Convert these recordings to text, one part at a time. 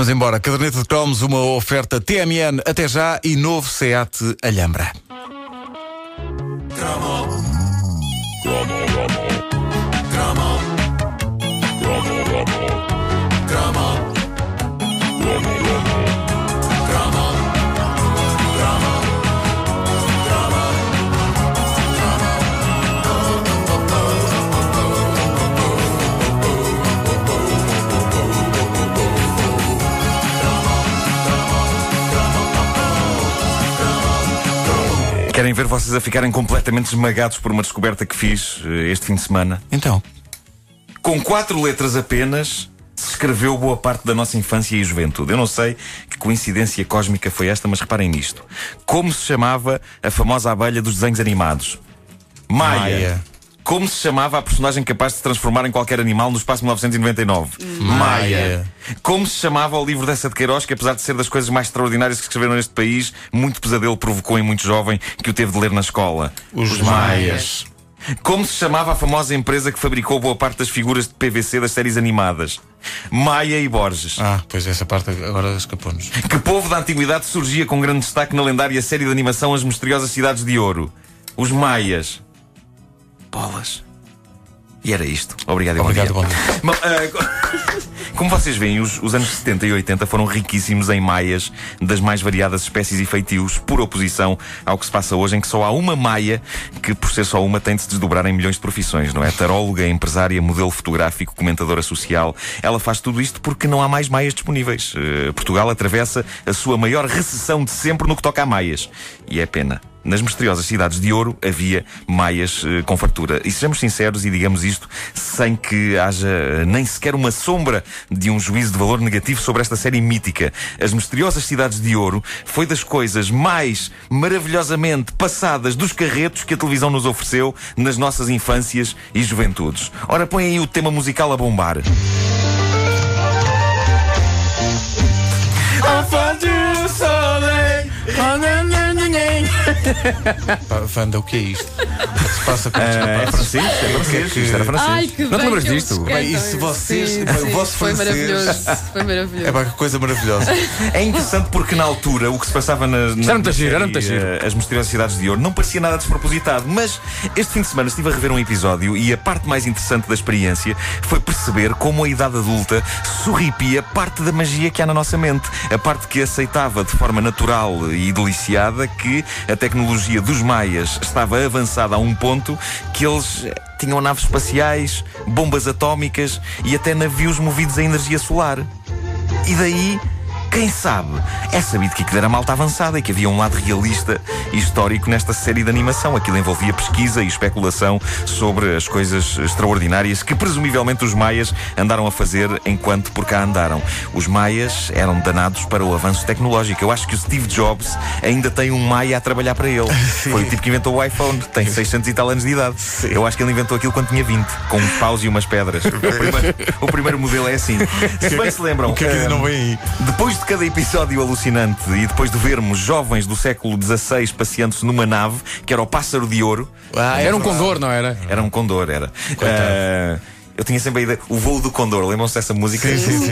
Vamos embora. Caderneta de cromos, uma oferta TMN até já e novo SEAT Alhambra. Querem ver vocês a ficarem completamente esmagados por uma descoberta que fiz este fim de semana? Então, Com 4 letras apenas se escreveu boa parte da nossa infância e juventude. Eu não sei que coincidência cósmica foi esta, mas reparem nisto. Como se chamava a famosa abelha dos desenhos animados? Maia. Como se chamava a personagem capaz de se transformar em qualquer animal no espaço de 1999? Maia. Como se chamava o livro dessa de Queiroz, que apesar de ser das coisas mais extraordinárias que escreveram neste país, muito pesadelo provocou em muito jovem que o teve de ler na escola? Os Maias. Como se chamava a famosa empresa que fabricou boa parte das figuras de PVC das séries animadas? Maia e Borges. Pois essa parte agora escapou-nos. Que povo da antiguidade surgia com grande destaque na lendária série de animação As Misteriosas Cidades de Ouro? Os Maias. Bolas. E era isto. Obrigado, bom dia. Como vocês veem, os anos 70 e 80 foram riquíssimos em maias das mais variadas espécies e feitios, por oposição ao que se passa hoje, em que só há uma maia que, por ser só uma, tem de se desdobrar em milhões de profissões, não é? Taróloga, empresária, modelo fotográfico, comentadora social. Ela faz tudo isto porque não há mais maias disponíveis. Portugal atravessa a sua maior recessão de sempre no que toca a maias. E é pena. Nas misteriosas cidades de Ouro havia maias com fartura. E sejamos sinceros e digamos isto sem que haja nem sequer uma sombra de um juízo de valor negativo sobre esta série mítica. As misteriosas cidades de Ouro foi das coisas mais maravilhosamente passadas dos carretos que a televisão nos ofereceu nas nossas infâncias e juventudes. Ora, põe aí o tema musical a bombar. Wanda, o que é isto? O que se passa com estes É francês? É francês. Isto era francês. Ai, que Não te bem lembras que eles disto? cantam. Bem, e se vocês- Sim, bem, o sim, vosso foi francês- maravilhoso. Foi maravilhoso. É pá, que coisa maravilhosa. É interessante porque na altura o que se passava na Era muito giro, era muito série, giro. As Misteriosas Cidades de Ouro não parecia nada despropositado, mas este fim de semana estive a rever um episódio e a parte mais interessante da experiência foi perceber como a idade adulta sorripia parte da magia que há na nossa mente, a parte que aceitava de forma natural e deliciada que a tecnologia dos maias estava avançada a um ponto que eles tinham naves espaciais, bombas atómicas e até navios movidos a energia solar. E daí, quem sabe, é sabido que aquilo era malta avançada e que havia um lado realista e histórico nesta série de animação. Aquilo envolvia pesquisa e especulação sobre as coisas extraordinárias que presumivelmente os maias andaram a fazer enquanto por cá andaram. Os maias eram danados para o avanço tecnológico. Eu acho que o Steve Jobs ainda tem um maia a trabalhar para ele. Foi o tipo que inventou o iPhone, tem 600 e tal anos de idade. Eu acho que ele inventou aquilo quando tinha 20, com uns paus e umas pedras. O primeiro modelo é assim. Se bem se lembram, O que é que ainda não vem aí? depois de cada episódio alucinante e depois de vermos jovens do século XVI passeando-se numa nave, que era o Pássaro de Ouro. Era um condor, não era? Era um condor, era. Eu tinha sempre a ideia. O Voo do Condor, lembram-se dessa música? Sim.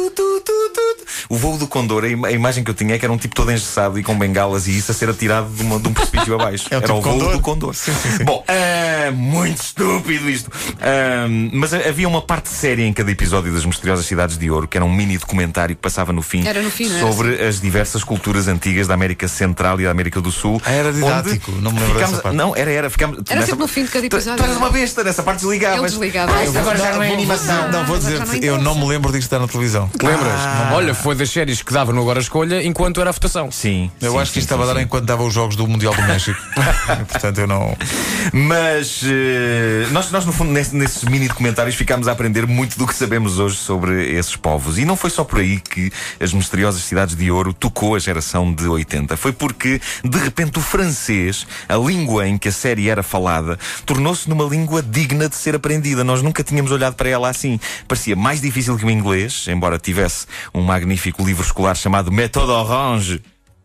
O Voo do Condor, a imagem que eu tinha é que era um tipo todo engessado e com bengalas e isso a ser atirado de um precipício abaixo. É o Era tipo o Voo Condor? do Condor. Sim. Bom, muito estúpido isto. Mas havia uma parte séria em cada episódio das Misteriosas Cidades de Ouro, que era um mini documentário que passava no fim, Era no fim, não era sobre as diversas culturas antigas da América Central e da América do Sul. Era didático, onde não me lembro ficámos- dessa parte. Não, era. Ficámos, Era sempre no fim de cada episódio. Tu eras uma besta, nessa parte desligavas. Ele desligava. Agora já não é animação. Não, vou dizer-te, eu não me lembro disto estar na televisão. Lembras? Olha, foi das séries que dava no Agora Escolha enquanto era a votação. Sim. Eu acho que isto estava a dar enquanto dava os jogos do Mundial do México. Portanto, eu não. Mas nós no fundo, nesses mini documentários ficámos a aprender muito do que sabemos hoje sobre esses povos. E não foi só por aí que as Misteriosas Cidades de Ouro tocou a geração de 80. Foi porque, de repente, o francês, a língua em que a série era falada, tornou-se numa língua digna de ser aprendida. Nós nunca tínhamos olhado para ela assim. Parecia mais difícil que o inglês, embora tivesse um magnífico livro escolar chamado Méthode Orange.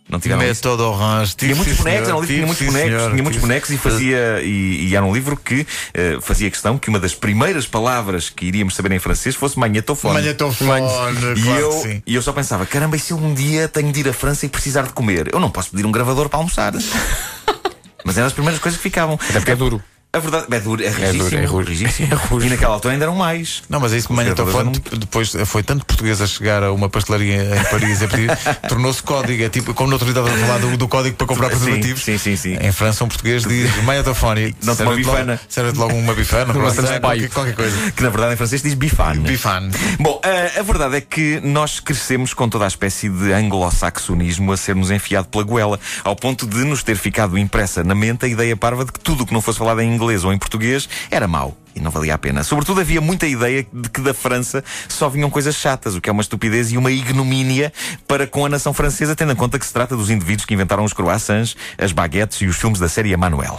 Não tiveram isso? Método Orange. Tinha muitos bonecos, era um livro que tinha muitos bonecos, tinha muitos bonecos e fazia. E era um livro que fazia questão que uma das primeiras palavras que iríamos saber em francês fosse magnetofone. Magnetofone, E eu só pensava, caramba, e se eu um dia tenho de ir à França e precisar de comer? Eu não posso pedir um gravador para almoçar. Mas eram as primeiras coisas que ficavam. Até porque é duro. A verdade é duro, é rigíssimo. E naquela altura ainda eram mais. Não, mas é isso que o magnetofone depois foi tanto português a chegar a uma pastelaria em Paris a pedir, tornou-se código. É tipo, como no outro dia estava a falar do código para comprar preservativos. Sim. Em França, um português diz magnetofone. Não tem uma bifana. Serve-te logo uma bifana, qualquer coisa. Que na verdade em francês diz bifane. Bifane. Bom, a verdade é que nós crescemos com toda a espécie de anglo-saxonismo a ser-nos enfiado pela goela, ao ponto de nos ter ficado impressa na mente a ideia parva de que tudo o que não fosse falado em inglês ou em português era mau e não valia a pena. Sobretudo havia muita ideia de que da França só vinham coisas chatas, o que é uma estupidez e uma ignomínia para com a nação francesa, tendo em conta que se trata dos indivíduos que inventaram os croissants, as baguettes e os filmes da série Emmanuel.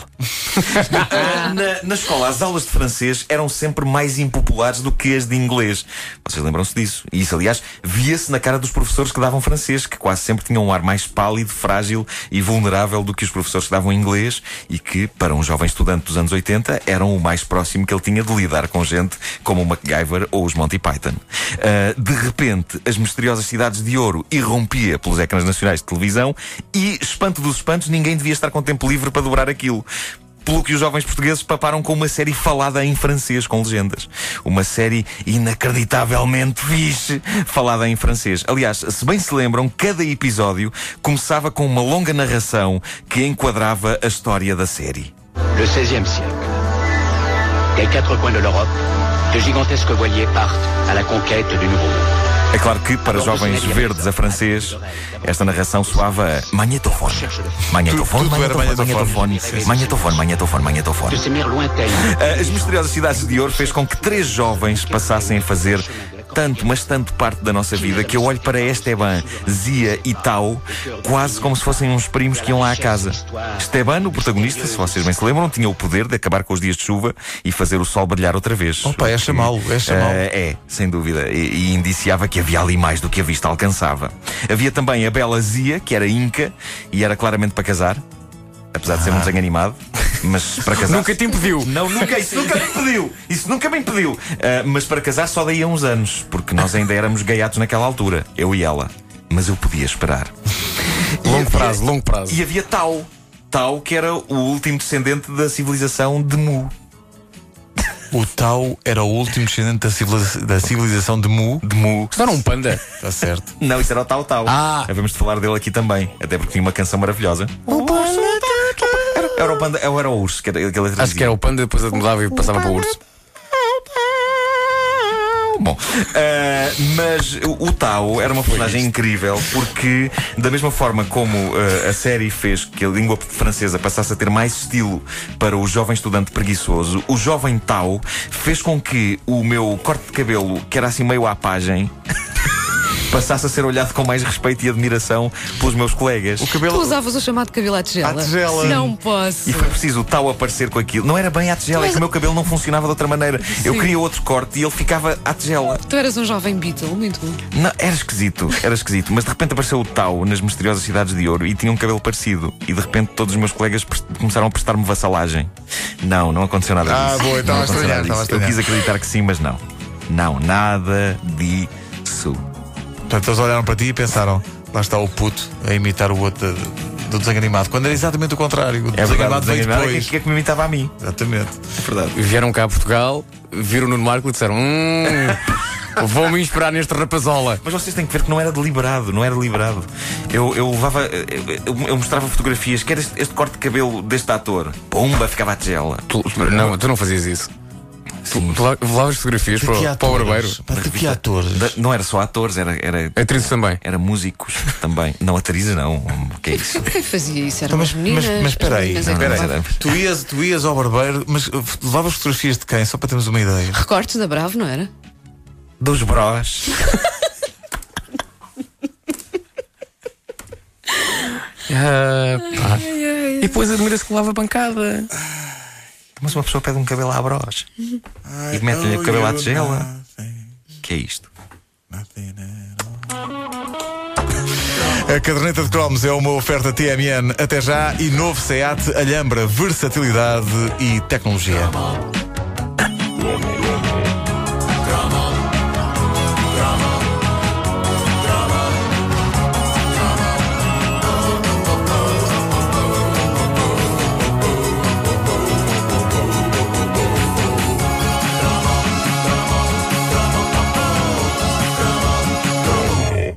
Na escola, as aulas de francês eram sempre mais impopulares do que as de inglês. Vocês lembram-se disso? E isso, aliás, via-se na cara dos professores que davam francês, que quase sempre tinham um ar mais pálido, frágil e vulnerável do que os professores que davam inglês e que, para um jovem estudante dos anos 80, eram o mais próximo que ele tinha de lidar com gente como o MacGyver ou os Monty Python. De repente, as misteriosas cidades de ouro irrompia pelos ecrãs nacionais de televisão e, espanto dos espantos, ninguém devia estar com tempo livre para dobrar aquilo. Pelo que os jovens portugueses paparam com uma série falada em francês, com legendas. Uma série inacreditavelmente fixe, falada em francês. Aliás, se bem se lembram, cada episódio começava com uma longa narração que enquadrava a história da série. Le XVIe siècle. Des quatre coins de l'Europe, de gigantesques voiliers partent à la conquête du Nouveau Monde. É claro que, para jovens verdes a francês, esta narração soava a magnetofone. Magnetofone. De ces mers lointaines. As misteriosas cidades de ouro fez com que 3 jovens passassem a fazer tanto, mas tanto parte da nossa vida que eu olho para Esteban, Zia e Tau quase como se fossem uns primos que iam lá à casa. Esteban, o protagonista, se vocês bem se lembram, tinha o poder de acabar com os dias de chuva e fazer o sol brilhar outra vez. Opa, é chamá-lo. É, sem dúvida. E indiciava que havia ali mais do que a vista alcançava. Havia também a bela Zia, que era inca e era claramente para casar, apesar de ser um desenho animado. Mas para casar. Nunca te impediu. Não, isso nunca me impediu. Isso nunca me impediu. Mas para casar só daí a uns anos, porque nós ainda éramos gaiatos naquela altura, eu e ela. Mas eu podia esperar. Longo prazo. E havia Tau. Tau, que era o último descendente da civilização de Mu. O Tau era o último descendente da civilização de Mu. Isso era um panda. Está certo. Não, isso era o Tau Tau. Havemos de falar dele aqui também. Até porque tinha uma canção maravilhosa. Era o panda, era o urso que ele Acho que era o panda, depois mudava e passava para o urso. Bom, mas o Tau era uma personagem incrível porque, da mesma forma como a série fez que a língua francesa passasse a ter mais estilo para o jovem estudante preguiçoso, o jovem Tau fez com que o meu corte de cabelo, que era assim meio à pagem, passasse a ser olhado com mais respeito e admiração pelos meus colegas. O cabelo... Tu usavas o chamado cabelo à tigela? À tigela. Sim. Não posso. E foi preciso o Tau aparecer com aquilo. Não era bem à tigela, é que o meu cabelo não funcionava de outra maneira. Sim. Eu queria outro corte e ele ficava à tigela. Tu eras um jovem Beatle, muito bom. Não, era esquisito. Mas de repente apareceu o Tau nas misteriosas cidades de ouro e tinha um cabelo parecido. E de repente todos os meus colegas começaram a prestar-me vassalagem. Não aconteceu nada disso. Boa, estava a estranhar. Eu quis acreditar que sim, mas não. Não, nada disso. Portanto, eles olharam para ti e pensaram: lá está o puto a imitar o outro do desenho animado, quando era exatamente o contrário. O desenho animado veio depois. Que é que me imitava a mim. Exatamente. É verdade. Vieram cá a Portugal, viram no Marco e disseram: vou-me inspirar neste rapazola. Mas vocês têm que ver que não era deliberado. Eu levava. Eu mostrava fotografias. Quer este corte de cabelo deste ator? Pumba, ficava à tigela. Tu não fazias isso. Tu levavas fotografias para o barbeiro. De que atores? Não era só atores, era atrizes também. Era músicos também. Não, atrizes não. O que é isso? Quem fazia isso? Eram Mas as meninas. espera aí. Não. Tu ias ao barbeiro, mas levavas fotografias de quem? Só para termos uma ideia. Recortes da Bravo, não era? Dos bros. E depois admira-se que lava bancada. Mas uma pessoa pede um cabelo à bros e mete-lhe o cabelo à tigela. Que é isto? A caderneta de cromos é uma oferta TMN até já e novo SEAT Alhambra, versatilidade e tecnologia.